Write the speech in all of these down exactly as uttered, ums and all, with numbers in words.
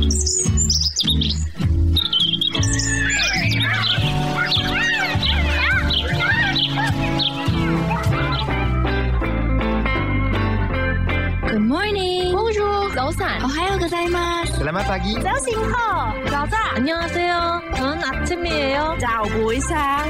Good morning. Bonjour. 早安. 오하요 고자이마스. Selamat pagi. 早醒好.早安. 안녕하세요. 저는 아침이에요. 早不一상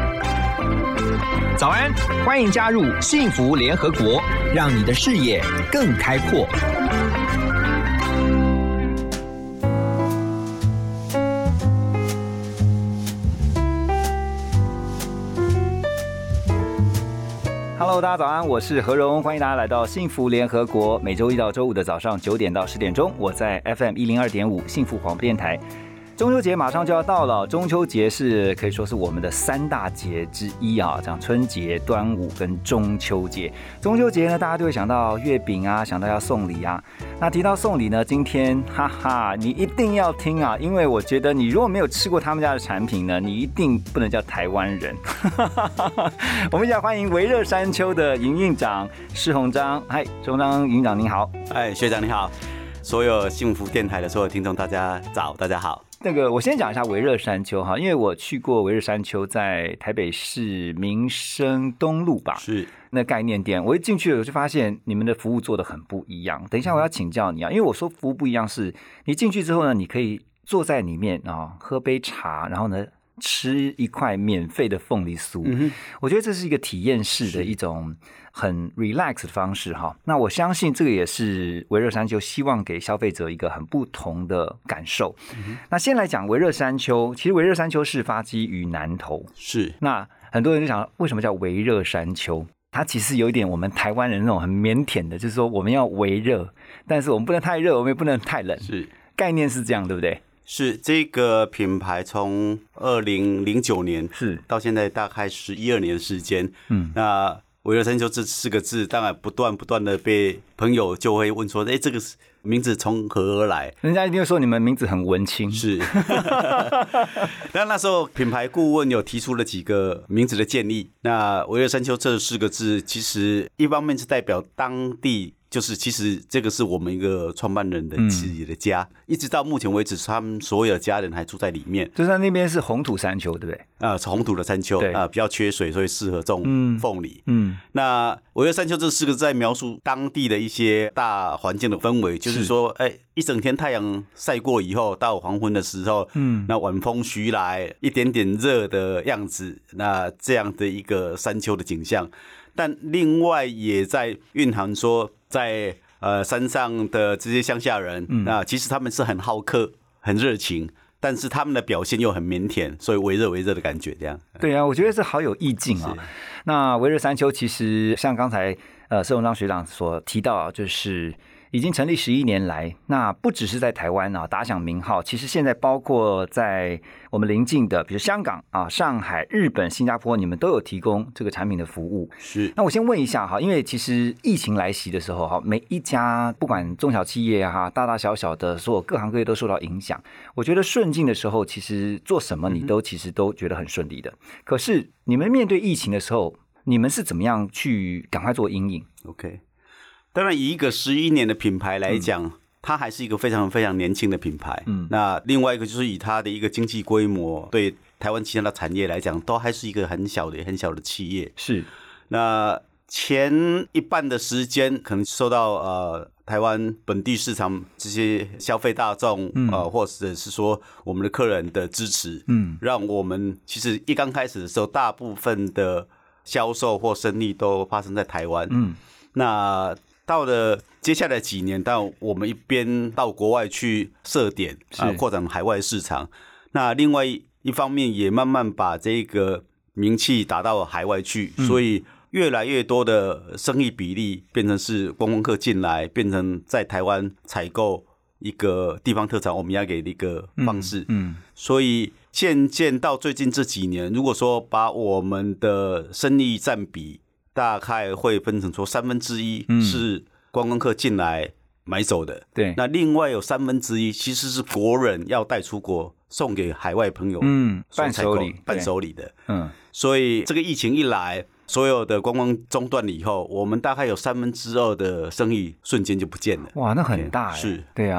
早安，欢迎加入幸福联合国，让你的视野更开阔。Hello， 大家早安，我是何荣，欢迎大家来到幸福联合国。每周一到周五的早上九点到十点钟，我在 F M 一零二点五幸福广播电台。中秋节马上就要到了，中秋节是可以说是我们的三大节之一啊，像春节、端午跟中秋节。中秋节呢，大家就会想到月饼啊，想到要送礼啊。那提到送礼呢，今天哈哈，你一定要听啊，因为我觉得你如果没有吃过他们家的产品呢，你一定不能叫台湾人。我们一起来欢迎微热山丘的营运长施鸿章。嗨，施鸿章营运长您好。 哎，学长你好，所有幸福电台的所有听众大家早，大家好。 那个，我先讲一下微热山丘哈，因为我去过微热山丘，在台北市民生东路吧， 是那概念店。我一进去了，我就发现你们的服务做得很不一样。等一下我要请教你啊，因为我说服务不一样是，你进去之后呢，你可以坐在里面啊，喝杯茶，然后呢吃一块免费的凤梨酥。嗯、我觉得这是一个体验式的一种很 relax 的方式哈。那我相信这个也是微热山丘希望给消费者一个很不同的感受。嗯、那先来讲微热山丘，其实微热山丘是发基于南投， 是那很多人就想为什么叫微热山丘？它其实有一点我们台湾人那种很腼腆的，就是说我们要微热，但是我们不能太热，我们也不能太冷， 是概念是这样，对不对？ 是这个品牌从二零零九年是到现在大概十一二年的时间，嗯，那微热山丘这四个字，当然不断不断的被朋友就会问说，哎，这个名字从何而来？ 人家一定会说你们名字很文青， 是。那那时候品牌顾问有提出了几个名字的建议，那微热山丘这四个字，其实一方面是代表当地。就是其实这个是我们一个创办人的自己的家，嗯、一直到目前为止，他们所有的家人还住在里面。 就是那边是红土山丘，对不对？ 啊、呃，红土的山丘啊、呃，比较缺水，所以适合种凤梨。嗯，嗯那微热山丘这四个字在描述当地的一些大环境的氛围，就是说，哎、欸，一整天太阳晒过以后，到黄昏的时候，嗯，那晚风徐来，一点点热的样子，那这样的一个山丘的景象。但另外也在蕴含说，在呃山上的这些乡下人，嗯、那其实他们是很好客、很热情，但是他们的表现又很腼腆，所以微热微热的感觉这样。 对啊，我觉得这好有意境啊。那微热山丘其实像刚才呃施鸿章学长所提到啊，就是已经成立十一年来，那不只是在台湾啊打响名号，其实现在包括在我们邻近的，比如香港啊、上海、日本、新加坡，你们都有提供这个产品的服务。 是。 那我先问一下哈，因为其实疫情来袭的时候哈，每一家不管中小企业哈，大大小小的所有各行各业都受到影响。我觉得顺境的时候，其实做什么你都其实都觉得很顺利的。嗯、可是你们面对疫情的时候，你们是怎么样去赶快做因应 ？OK。当然，以一个十一年的品牌来讲，嗯、它还是一个非常非常年轻的品牌。嗯，那另外一个就是以它的一个经济规模，对台湾其他的产业来讲，都还是一个很小的、很小的企业。 是。 那前一半的时间，可能受到呃台湾本地市场这些消费大众，嗯、呃，或者是说我们的客人的支持，嗯，让我们其实一刚开始的时候，大部分的销售或生意都发生在台湾。嗯，那到了接下来几年，到我们一边到国外去设点啊、呃，扩展海外市场。那另外一方面也慢慢把这个名气打到海外去，嗯、所以越来越多的生意比例变成是观光客进来，变成在台湾采购一个地方特产，我们要给的一个方式。嗯，嗯所以渐渐到最近这几年，如果说把我们的生意占比，大概会分成说三分之一是观光客进来买走的， 对、嗯。 那另外有三分之一其实是国人要带出国送给海外朋友， 嗯，伴手礼， 伴手礼的，嗯。所以这个疫情一来，所有的观光中断了以后，我们大概有三分之二的生意瞬间就不见了。 哇，那很大哎， 是， 对啊。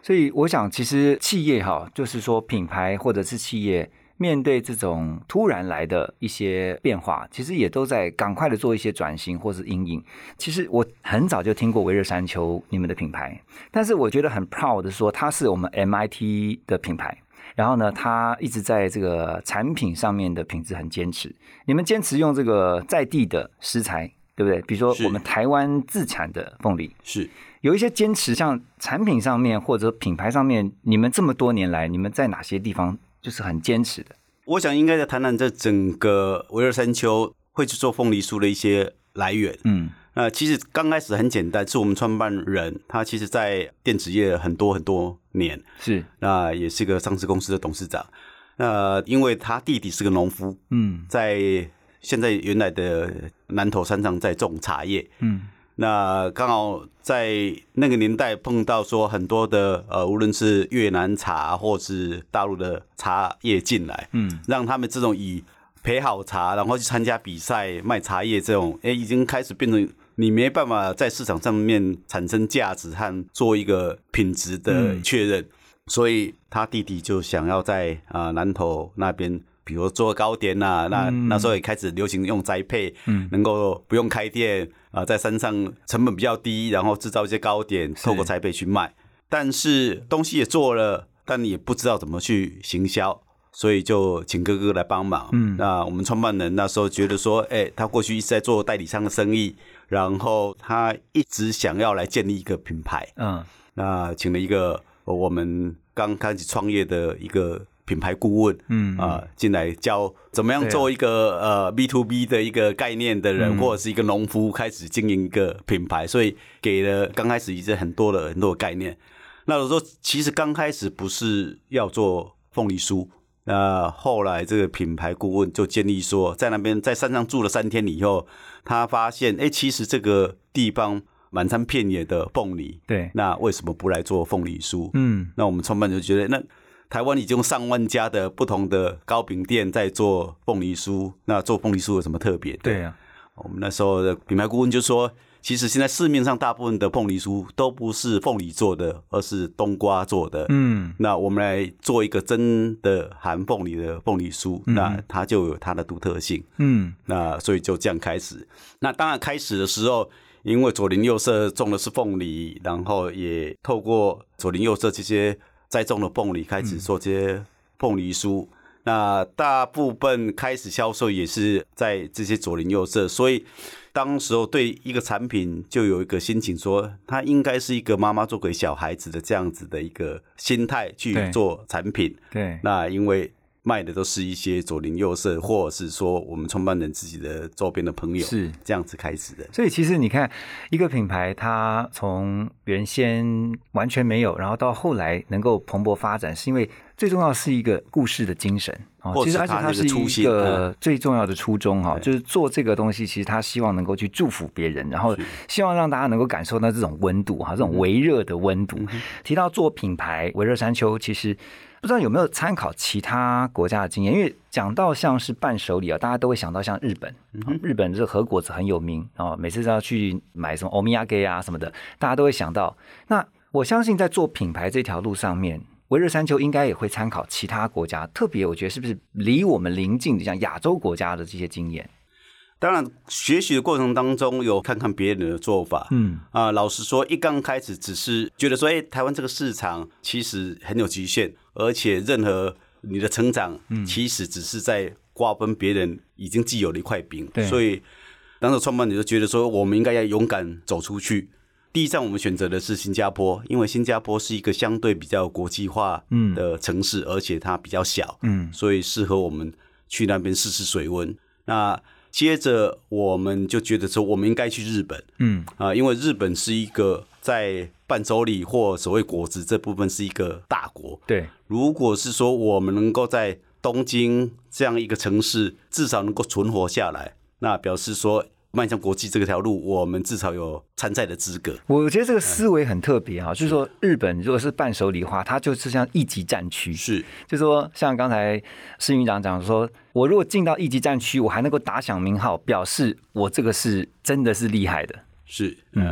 所以我想，其实企业哈，就是说品牌或者是企业面对这种突然来的一些变化，其实也都在赶快的做一些转型或是因应。其实我很早就听过微热山丘你们的品牌，但是我觉得很 proud 的说，它是我们 M I T 的品牌。然后呢，它一直在这个产品上面的品质很坚持。你们坚持用这个在地的食材，对不对？比如说我们台湾自产的凤梨， 是有一些坚持，像产品上面或者品牌上面，你们这么多年来，你们在哪些地方就是很坚持的？ 我想应该在谈谈这整个微热山丘会去做凤梨酥的一些来源。嗯，那其实刚开始很简单，是我们创办人他其实在电子业很多很多年， 是那也是个上市公司的董事长。那因为他弟弟是个农夫，嗯，在现在原来的南投山上在种茶叶，嗯。那刚好在那个年代碰到说很多的呃，无论是越南茶或是大陆的茶叶进来，嗯，让他们这种以陪好茶，然后去参加比赛卖茶叶这种，哎，已经开始变成你没办法在市场上面产生价值和做一个品质的确认，嗯、所以他弟弟就想要在啊、呃、南投那边。比如做糕点啊，那、嗯、那时候也开始流行用宅配，嗯，能够不用开店啊、呃，在山上成本比较低，然后制造一些糕点，透过宅配去卖。但是东西也做了，但也不知道怎么去行销，所以就请哥哥来帮忙。嗯，那我们创办人那时候觉得说，哎、欸，他过去一直在做代理商的生意，然后他一直想要来建立一个品牌。嗯，那请了一个我们刚开始创业的一个。品牌顾问，嗯啊、呃，进来教怎么样做一个、啊、呃 B to B 的一个概念的人，嗯、或者是一个农夫开始经营一个品牌，所以给了刚开始一些很多的很多的概念。那我说，其实刚开始不是要做凤梨酥，那后来这个品牌顾问就建议说，在那边在山上住了三天以后，他发现，哎，其实这个地方满山遍野的凤梨， 对， 那为什么不来做凤梨酥？嗯，那我们创办人就觉得那。台湾已经有上万家的不同的糕饼店在做凤梨酥，那做凤梨酥有什么特别的？ 对啊， 我们那时候的品牌顾问就说，其实现在市面上大部分的凤梨酥都不是凤梨做的，而是冬瓜做的。嗯，那我们来做一个真的含凤梨的凤梨酥，嗯、那它就有它的独特性。嗯，那所以就这样开始。那当然开始的时候，因为左邻右舍种的是凤梨，然后也透过左邻右舍这些。栽种的凤梨开始做这些凤梨酥，嗯、那大部分开始销售也是在这些左邻右舍，所以当时候对一个产品就有一个心情说，它应该是一个妈妈做给小孩子的这样子的一个心态去做产品。 对，对那因为卖的都是一些左邻右舍，或者是说我们创办人自己的周边的朋友，是这样子开始的。 所以其实你看，一个品牌它从原先完全没有，然后到后来能够蓬勃发展，是因为最重要的是一个故事的精神。 哦、 其实而且它是一个最重要的初衷哈，就是做这个东西，其实他希望能够去祝福别人，然后希望让大家能够感受到这种温度哈，这种微热的温度。嗯、提到做品牌，微热山丘其实。不知道有没有参考其他国家的经验？因为讲到像是伴手礼啊，大家都会想到像日本，嗯、日本这和果子很有名啊，每次都要去买什么欧米亚给啊什么的，大家都会想到。那我相信在做品牌这条路上面，微热山丘应该也会参考其他国家，特别我觉得是不是离我们邻近的像亚洲国家的这些经验？ 当然，学习的过程当中有看看别人的做法，嗯啊、呃，老实说，一刚开始只是觉得说，哎，台湾这个市场其实很有局限，而且任何你的成长，其实只是在瓜分别人已经既有的一块饼，所以当时创办人就觉得说，我们应该要勇敢走出去。第一站我们选择的是新加坡，因为新加坡是一个相对比较国际化的城市，嗯、而且它比较小，嗯，所以适合我们去那边试试水温。那接着我们就觉得说，我们应该去日本，嗯啊、呃，因为日本是一个在伴手礼或所谓果子这部分是一个大国。 对， 如果是说我们能够在东京这样一个城市至少能够存活下来，那表示说迈向国际这条路，我们至少有参赛的资格。 我觉得这个思维很特别哈，就是说日本如果是伴手礼的话，它就是像一级战区， 是， 就是说像刚才施云长讲说，我如果进到一级战区，我还能够打响名号，表示我这个是真的是厉害的。 是，嗯。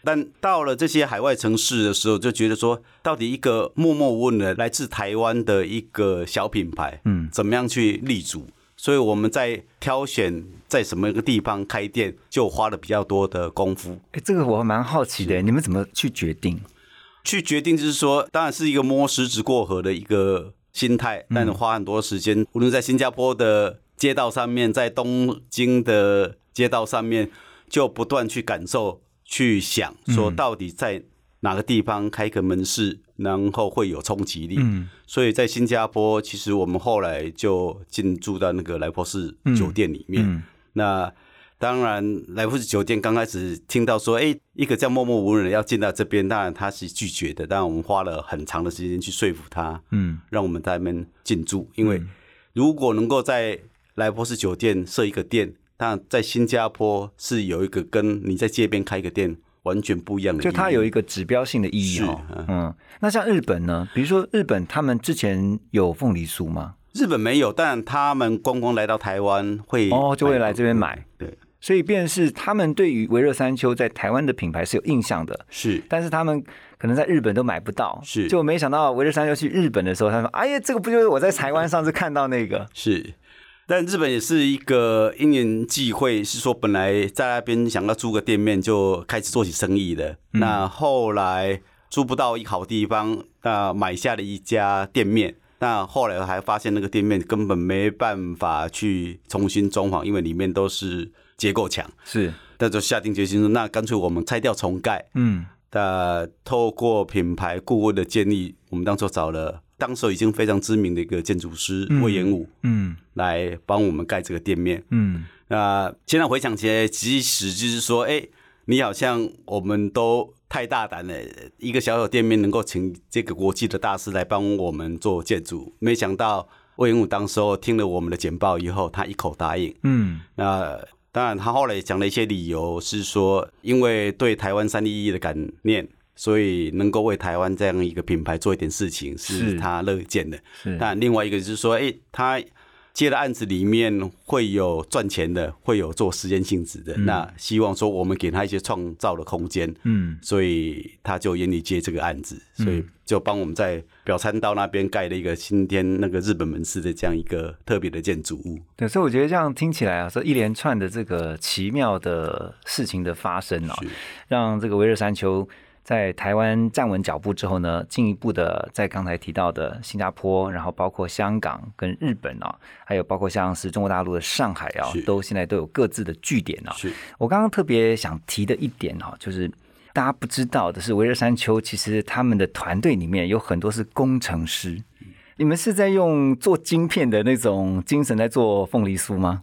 但到了这些海外城市的时候，就觉得说，到底一个默默无闻的来自台湾的一个小品牌，嗯，怎么样去立足？所以我们在挑选在什么一个地方开店，就花了比较多的功夫。 哎，这个我蛮好奇的，你们怎么去决定？ 去决定就是说，当然是一个摸石子过河的一个心态，但花很多时间，无论在新加坡的街道上面，在东京的街道上面，就不断去感受。去想说到底在哪个地方开个门市，然后会有冲击力。嗯，所以在新加坡，其实我们后来就进驻到那个莱佛士酒店里面。嗯，那当然，莱佛士酒店刚开始听到说，哎，一个叫默默无闻的要进到这边，当然他是拒绝的。当然，我们花了很长的时间去说服他，嗯，让我们在那边进驻。因为如果能够在莱佛士酒店设一个店，那在新加坡是有一个跟你在街边开一个店完全不一样的意义， 就它有一个指标性的意义哦。嗯，那像日本呢？比如说日本，他们之前有凤梨酥吗？ 日本没有，但他们观光来到台湾会哦，就会来这边买。 对， 所以便是他们对于微热山丘在台湾的品牌是有印象的， 是， 但是他们可能在日本都买不到， 是， 就没想到微热山丘去日本的时候，他说：“哎呀，这个不就是我在台湾上次看到那个？” 是。但日本也是一个因缘际会，是说本来在那边想要租个店面就开始做起生意的，嗯、那后来租不到一个好地方，那买下了一家店面，那后来还发现那个店面根本没办法去重新装潢，因为里面都是结构墙， 是， 那就下定决心说，那干脆我们拆掉重盖，嗯，那透过品牌顾问的建议，我们当初找了。当时已经非常知名的一个建筑师魏延武，嗯，来帮我们盖这个店面，嗯，那现在回想起来，即使就是说，哎、欸，你好像我们都太大胆了，一个小小店面能够请这个国际的大师来帮我们做建筑，没想到魏延武当时候听了我们的简报以后，他一口答应，嗯，那当然他后来讲了一些理由，是说因为对台湾三立一的感念。所以能够为台湾这样一个品牌做一点事情，是他乐见的。但另外一个就是说，哎、欸，他接的案子里面会有赚钱的，会有做实验性质的。嗯、那希望说我们给他一些创造的空间，嗯，所以他就愿意接这个案子，所以就帮我们在表参道那边盖了一个新天那个日本门市的这样一个特别的建筑物。 对，所以我觉得这样听起来啊，说一连串的这个奇妙的事情的发生啊，让这个微热山丘。在台湾站稳脚步之后呢，进一步的在刚才提到的新加坡，然后包括香港跟日本啊，还有包括像是中国大陆的上海啊，都现在都有各自的据点啊。我刚刚特别想提的一点啊，就是大家不知道的是，微热山丘其实他们的团队里面有很多是工程师。你们是在用做晶片的那种精神在做凤梨酥吗？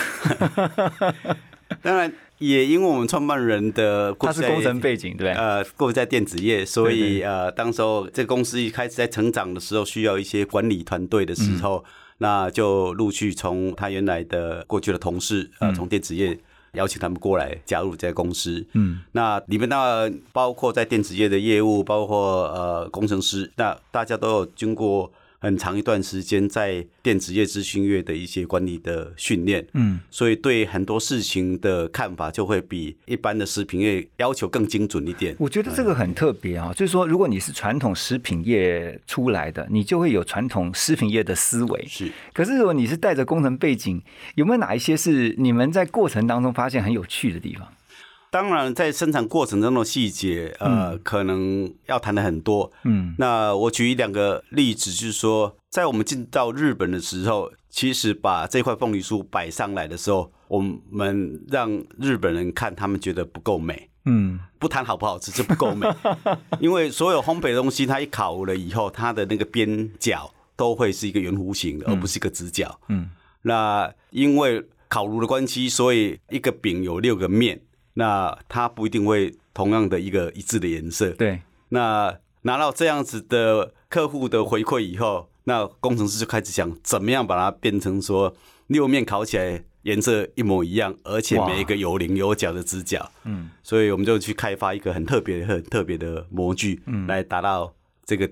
当然。也因为我们创办人的他是工程背景，对， 呃，过去在电子业，所以对对呃，当时候这个公司一开始在成长的时候，需要一些管理团队的时候，嗯、那就陆续从他原来的过去的同事，呃，从电子业邀请他们过来加入这家公司。嗯，那里面当然包括在电子业的业务，包括呃工程师，那大家都有经过。很长一段时间在电子业资讯业的一些管理的训练，嗯，所以对很多事情的看法就会比一般的食品业要求更精准一点。 我觉得这个很特别啊，就是说，如果你是传统食品业出来的，你就会有传统食品业的思维。 是， 可是如果你是带着工程背景，有没有哪一些是你们在过程当中发现很有趣的地方？ 当然，在生产过程中的细节，呃，嗯、可能要谈的很多。嗯，那我举一两个例子，就是说，在我们进到日本的时候，其实把这块凤梨酥摆上来的时候，我们让日本人看，他们觉得不够美。嗯，不谈好不好吃，这不够美，因为所有烘焙的东西，它一烤了以后，它的那个边角都会是一个圆弧形的，而不是一个直角。嗯，那因为烤炉的关系，所以一个饼有六个面。那它不一定会同样的一个一致的颜色。 对， 那拿到这样子的客户的回馈以后，那工程师就开始想怎么样把它变成说六面烤起来颜色一模一样，而且每一个有棱有角的直角。嗯，所以我们就去开发一个很特别、很特别的模具，嗯，来达到这个点。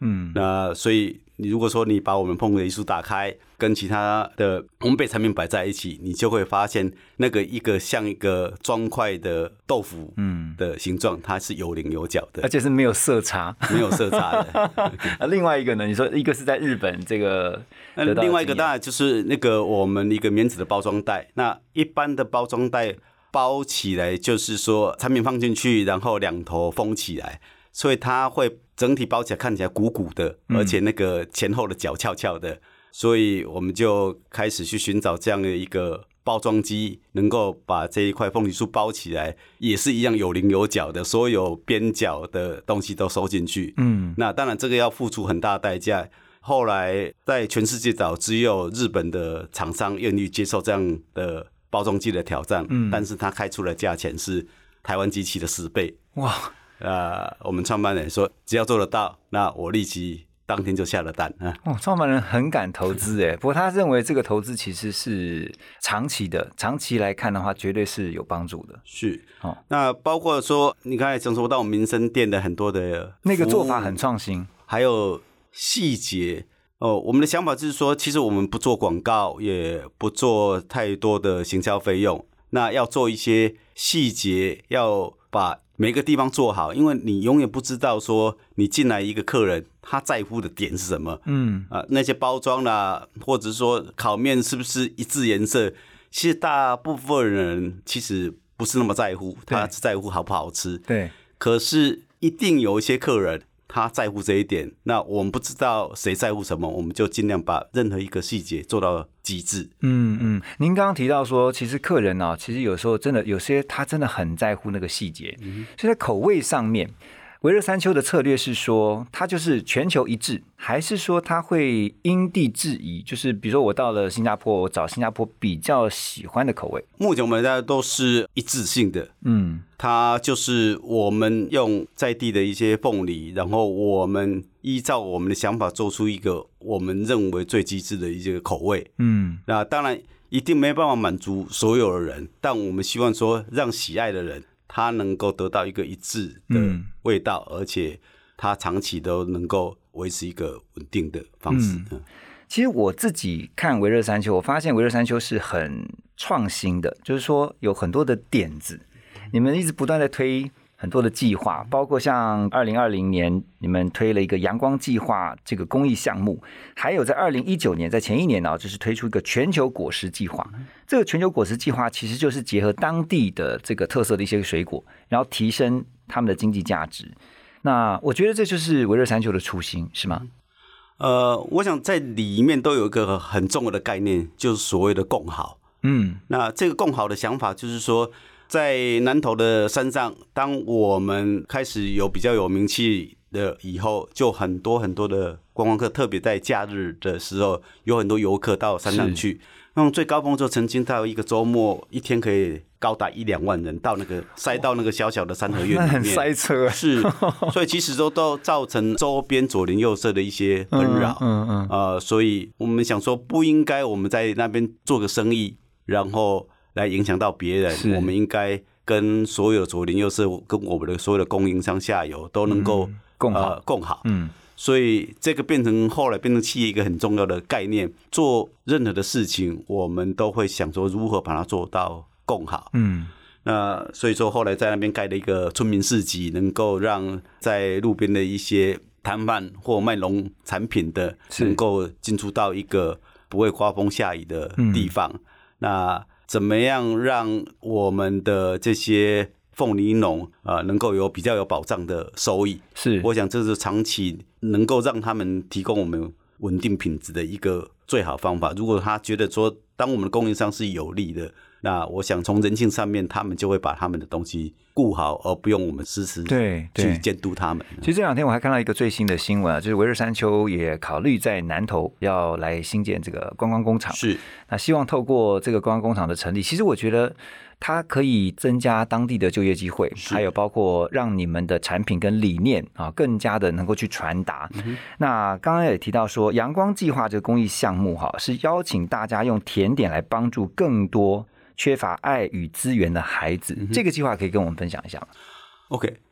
嗯，那所以你如果说你把我们凤梨酥打开，跟其他的烘焙产品摆在一起，你就会发现那个一个像一个砖块的豆腐的形状，它是有棱有角的， 而且是没有色差， 没有色差的。 另外一个呢，你说一个是在日本这个， 那另外一个当然就是那个我们一个棉纸的包装袋。那一般的包装袋包起来，就是说产品放进去，然后两头封起来，所以它会整体包起来看起来鼓鼓的，而且那个前后的角翘翘的。所以我们就开始去寻找这样的一个包装机，能够把这一块凤梨酥包起来，也是一样有棱有角的，所有边角的东西都收进去。嗯，那当然这个要付出很大的代价。后来在全世界找，只有日本的厂商愿意接受这样的包装机的挑战。嗯，但是他开出的价钱是台湾机器的十倍。哇！呃，我们创办人说，只要做得到，那我立即当天就下了单啊！ 哦，创办人很敢投资哎，不过他认为这个投资其实是长期的，长期来看的话，绝对是有帮助的。 是，哦，那包括说你刚才讲说到我们民生店的很多的那个做法很创新， 还有细节哦。我们的想法就是说，其实我们不做广告，也不做太多的行销费用，那要做一些细节，要把每个地方做好，因为你永远不知道说你进来一个客人他在乎的点是什么。嗯啊，那些包装啦，或者说烤面是不是一致颜色，其实大部分人其实不是那么在乎，他只在乎好不好吃。 对， 可是一定有一些客人他在乎这一点，那我们不知道谁在乎什么，我们就尽量把任何一个细节做到极致。 嗯嗯，您刚刚提到说，其实客人啊，其实有时候真的有些他真的很在乎那个细节，嗯，所以在口味上面，微热山丘的策略是说，它就是全球一致，还是说它会因地制宜？就是比如说我到了新加坡，我找新加坡比较喜欢的口味。 目前我们大家都是一致性的，嗯，它就是我们用在地的一些凤梨，然后我们依照我们的想法做出一个我们认为最极致的一些口味，嗯，那当然一定没办法满足所有的人，但我们希望说让喜爱的人他能够得到一个一致的味道，嗯，而且他长期都能够维持一个稳定的方式。嗯， 其实我自己看微热山丘，我发现微热山丘是很创新的，就是说有很多的点子，你们一直不断在推很多的计划，包括像二零二零年你们推了一个阳光计划这个公益项目，还有在二零一九年，在前一年呢，就是推出一个全球果实计划。这个全球果实计划其实就是结合当地的这个特色的一些水果，然后提升他们的经济价值。那我觉得这就是微热山丘的初心，是吗？ 呃，我想在里面都有一个很重要的概念，就是所谓的共好。嗯，那这个共好的想法就是说，在南投的山上，当我们开始有比较有名气的以后，就很多很多的观光客，特别在假日的时候，有很多游客到山上去。那种最高峰就曾经到一个周末，一天可以高达一两万人到那个塞到那个小小的三合院里面， 很塞车。 是，所以其实都都造成周边左邻右舍的一些纷扰。嗯嗯呃，所以我们想说，不应该我们在那边做个生意，然后来影响到别人。我们应该跟所有的左邻右舍，跟我们的所有的供应商下游都能够，嗯，共好，呃、共好。嗯。所以这个变成后来变成企业一个很重要的概念，做任何的事情，我们都会想说如何把它做到共好。嗯，那所以说后来在那边盖了一个村民市集，能够让在路边的一些摊贩或卖农产品的，能够进出到一个不会刮风下雨的地方。嗯，那怎么样让我们的这些凤梨农啊，呃，能够有比较有保障的收益？是，我想这是长期能够让他们提供我们稳定品质的一个最好方法。如果他觉得说，当我们的供应商是有利的，那我想从人性上面，他们就会把他们的东西顾好，而不用我们时时对去监督他们。 其实这两天我还看到一个最新的新闻啊，就是微热山丘也考虑在南投要来新建这个观光工厂。 是， 那希望透过这个观光工厂的成立，其实我觉得它可以增加当地的就业机会，还有包括让你们的产品跟理念啊更加的能够去传达。嗯，那刚刚也提到说，阳光计划这个公益项目哈，是邀请大家用甜点来帮助更多缺乏爱与资源的孩子。嗯，这个计划可以跟我们分享一下吗？ OK，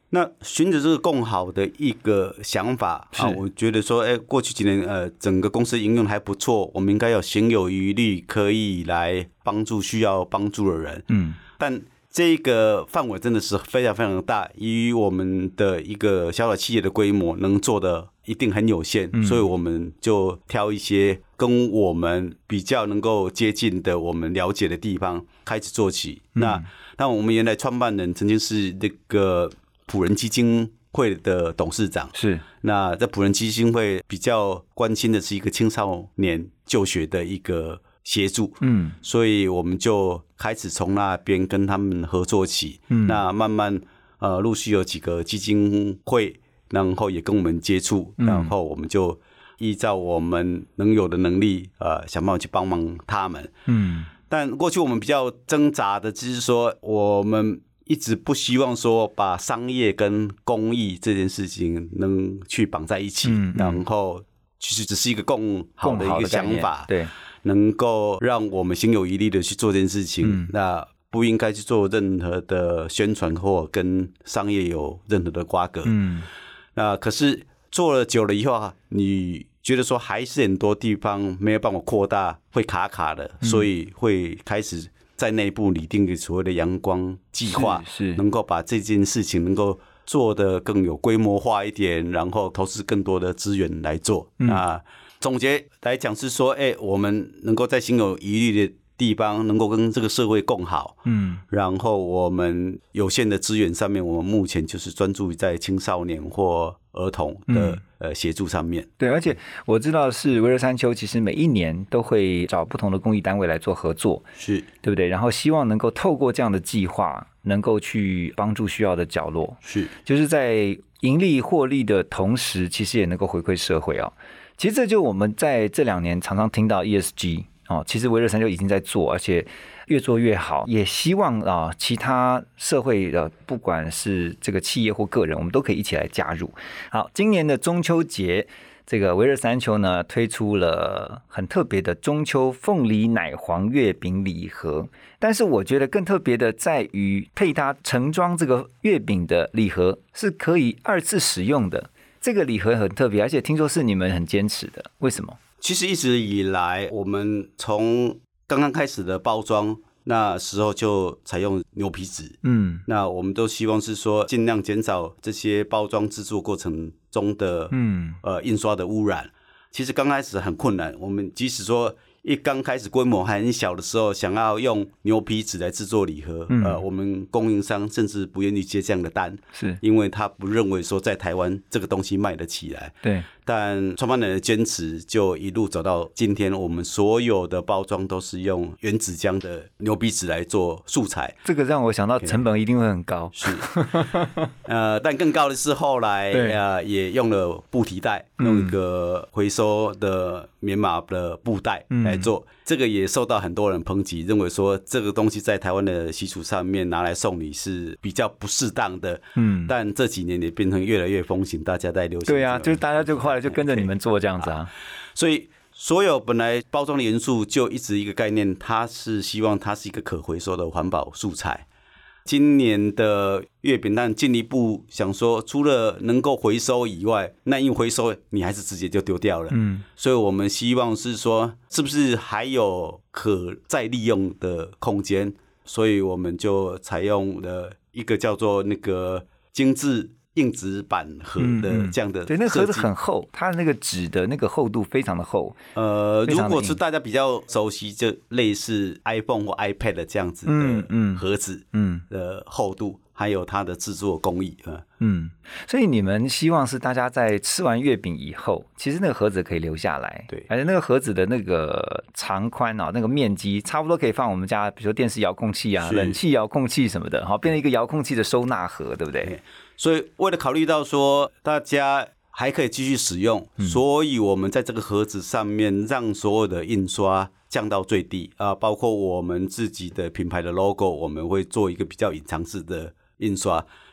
那循着这个共好的一个想法啊，我觉得说，哎，过去几年呃，整个公司营运还不错，我们应该有行有余力，可以来帮助需要帮助的人。嗯，但这个范围真的是非常非常大，以我们的一个小小企业的规模，能做的一定很有限，嗯、所以我们就挑一些跟我们比较能够接近的、我们了解的地方开始做起。嗯、那那我们原来创办人曾经是那个辅仁基金会的董事长， 是那在辅仁基金会比较关心的是一个青少年就学的一个协助，嗯，所以我们就开始从那边跟他们合作起，嗯，那慢慢呃陆续有几个基金会，然后也跟我们接触，嗯、然后我们就依照我们能有的能力，呃，想办法去帮忙他们，嗯，但过去我们比较挣扎的就是说我们一直不希望说把商业跟公益这件事情能去绑在一起，嗯嗯、然后其实只是一个共好的一个想法， 对， 能够让我们心有余力的去做这件事情，嗯、那不应该去做任何的宣传或跟商业有任何的瓜葛。嗯，那可是做了久了以后啊，你觉得说还是很多地方没有办法扩大，会卡卡的，嗯、所以会开始在内部拟定所谓的阳光计划， 是能够把这件事情能够做得更有规模化一点，然后投资更多的资源来做。嗯、那总结来讲是说，哎、欸，我们能够在心有余力的地方，能够跟这个社会共好。嗯，然后我们有限的资源上面，我们目前就是专注于在青少年或儿童的、嗯、呃协助上面。 对，而且我知道是微热山丘，其实每一年都会找不同的公益单位来做合作， 是对不对？然后希望能够透过这样的计划，能够去帮助需要的角落， 是就是在盈利获利的同时，其实也能够回馈社会哦。其实这就我们在这两年常常听到 E S G 哦，其实微热山丘已经在做，而且越做越好，也希望啊其他社会的不管是这个企业或个人，我们都可以一起来加入。好，今年的中秋节，这个微热山丘呢推出了很特别的中秋凤梨奶黄月饼礼盒，但是我觉得更特别的在于配搭盛装这个月饼的礼盒是可以二次使用的。这个礼盒很特别，而且听说是你们很坚持的，为什么？ 其实一直以来，我们从刚刚开始的包装，那时候就采用牛皮纸，嗯，那我们都希望是说尽量减少这些包装制作过程中的，嗯，呃，印刷的污染。其实刚开始很困难，我们即使说一刚开始规模还很小的时候，想要用牛皮纸来制作礼盒，嗯、呃，我们供应商甚至不愿意接这样的单， 是因为他不认为说在台湾这个东西卖得起来。 对， 但创办人的坚持就一路走到今天，我们所有的包装都是用原子浆的牛皮纸来做素材。 这个让我想到成本一定会很高。 是，呃，但更高的是后来呃也用了布提袋，用一个回收的棉麻的布袋来做，嗯、这个也受到很多人抨击，认为说这个东西在台湾的习俗上面拿来送礼是比较不适当的。嗯，但这几年也变成越来越风行，大家在流行。 对啊，就是大家就后来就跟着你们做这样子啊。 所以所有本来包装的元素就一直一个概念，它是希望它是一个可回收的环保素材。今年的月饼蛋进一步想说，除了能够回收以外，那因为回收你还是直接就丢掉了，嗯，所以我们希望是说，是不是还有可再利用的空间？所以我们就采用了一个叫做那个精致硬纸板盒的这样的设计， 对，那个盒子很厚，它那个纸的那个厚度非常的厚。 呃，如果是大家比较熟悉，就类似 iPhone 或 iPad 这样子的盒子，嗯的厚度，还有它的制作工艺，嗯嗯，所以你们希望是大家在吃完月饼以后，其实那个盒子可以留下来， 对， 而且那个盒子的那个长宽啊，那个面积差不多可以放我们家，比如说电视遥控器啊、冷气遥控器什么的，好，变成一个遥控器的收纳盒，对不对？对， 所以为了考虑到说大家还可以继续使用，嗯、所以我们在这个盒子上面让所有的印刷降到最低啊、呃，包括我们自己的品牌的 logo， 我们会做一个比较隐藏式的印刷。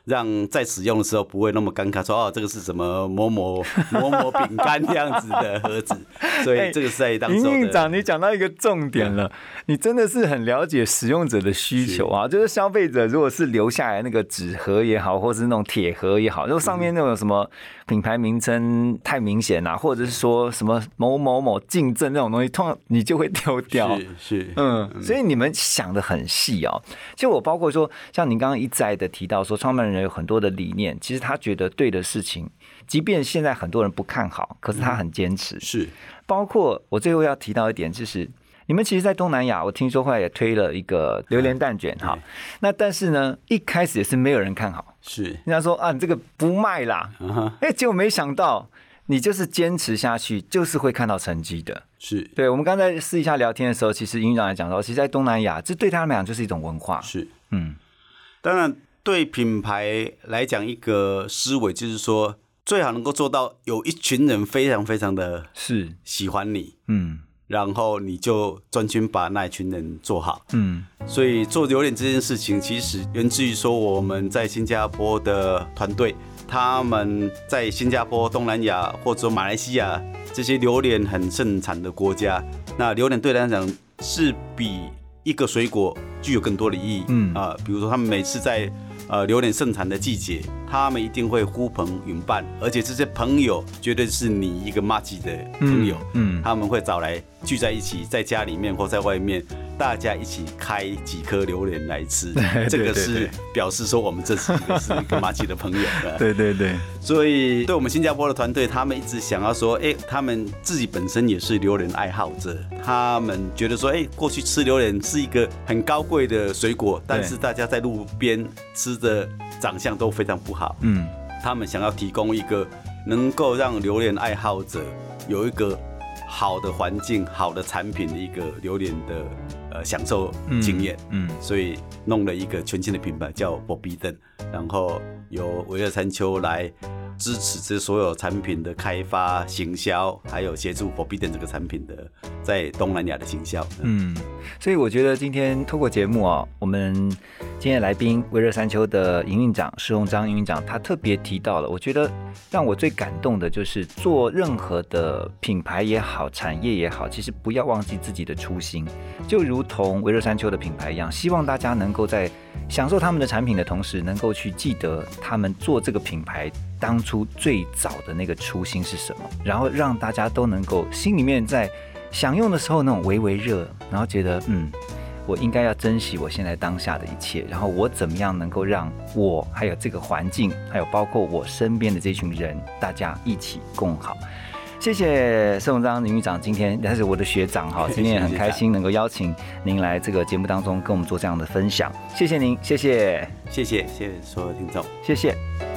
让在使用的时候不会那么尴尬，说哦这个是什么某某某某饼干这样子的盒子，所以这个是在当时的。 营运长，你讲到一个重点了，你真的是很了解使用者的需求啊，就是消费者如果是留下来那个纸盒也好，或是那种铁盒也好，如果上面那种什么品牌名称太明显啊，或者是说什么某某某竞争那种东西，通常你就会丢掉。 是是， 嗯，所以你们想得很细哦。其实我包括说，像您刚刚一再的提到说，创办人有很多的理念，其实他觉得对的事情，即便现在很多人不看好，可是他很坚持。 嗯、是， 包括我最后要提到一点，就是你们其实，在东南亚，我听说后来也推了一个榴莲蛋卷哈。那但是呢，一开始也是没有人看好， 是人家说啊，你这个不卖啦，哎、uh-huh. 欸，结果没想到你就是坚持下去，就是会看到成绩的。 是， 对，我们刚才私底下聊天的时候，其实营运长也讲到，其实，在东南亚，这对他们来讲就是一种文化。 是， 嗯， 当然对品牌来讲，一个思维就是说，最好能够做到有一群人非常非常的是喜欢你， 嗯。 然后你就专心把那一群人做好。 嗯， 所以做榴莲这件事情，其实源自于说我们在新加坡的团队，他们在新加坡、东南亚或者马来西亚这些榴莲很盛产的国家，那榴莲对他们来讲是比一个水果具有更多的意义。嗯啊、呃，比如说他们每次在呃榴莲盛产的季节，他们一定会呼朋引伴，而且这些朋友绝对是你一个麻吉的朋友。嗯，嗯他们会找来聚在一起，在家里面或在外面，大家一起开几颗榴莲来吃。这个是表示说我们这是一个是一个麻吉的朋友。 对对对。 所以对我们新加坡的团队，他们一直想要说，哎、欸，他们自己本身也是榴莲爱好者，他们觉得说，哎、欸，过去吃榴莲是一个很高贵的水果，但是大家在路边吃的长相都非常不好。嗯，他们想要提供一个能够让榴莲爱好者有一个好的环境、好的产品的一个榴莲的呃享受经验。嗯，嗯所以弄了一个全新的品牌叫 Forbidden， 然后由微热山丘来支持这所有产品的开发、行销，还有协助 Forbidden 这个产品的在东南亚的行销。 嗯，所以我觉得今天透过节目啊，我们今天的来宾微热山丘的营运长施鸿章营运长，他特别提到了，我觉得让我最感动的就是做任何的品牌也好、产业也好，其实不要忘记自己的初心，就如同微热山丘的品牌一样，希望大家能够在享受他们的产品的同时，能够去记得他们做这个品牌当初最早的那个初心是什么，然后让大家都能够心里面在享用的时候那种微微热，然后觉得嗯，我应该要珍惜我现在当下的一切，然后我怎么样能够让我还有这个环境，还有包括我身边的这群人，大家一起共好。谢谢施鸿章营运长，今天他是我的学长哈，今天也很开心能够邀请您来这个节目当中跟我们做这样的分享，谢谢您，谢谢， 谢谢，谢谢所有听众， 谢谢。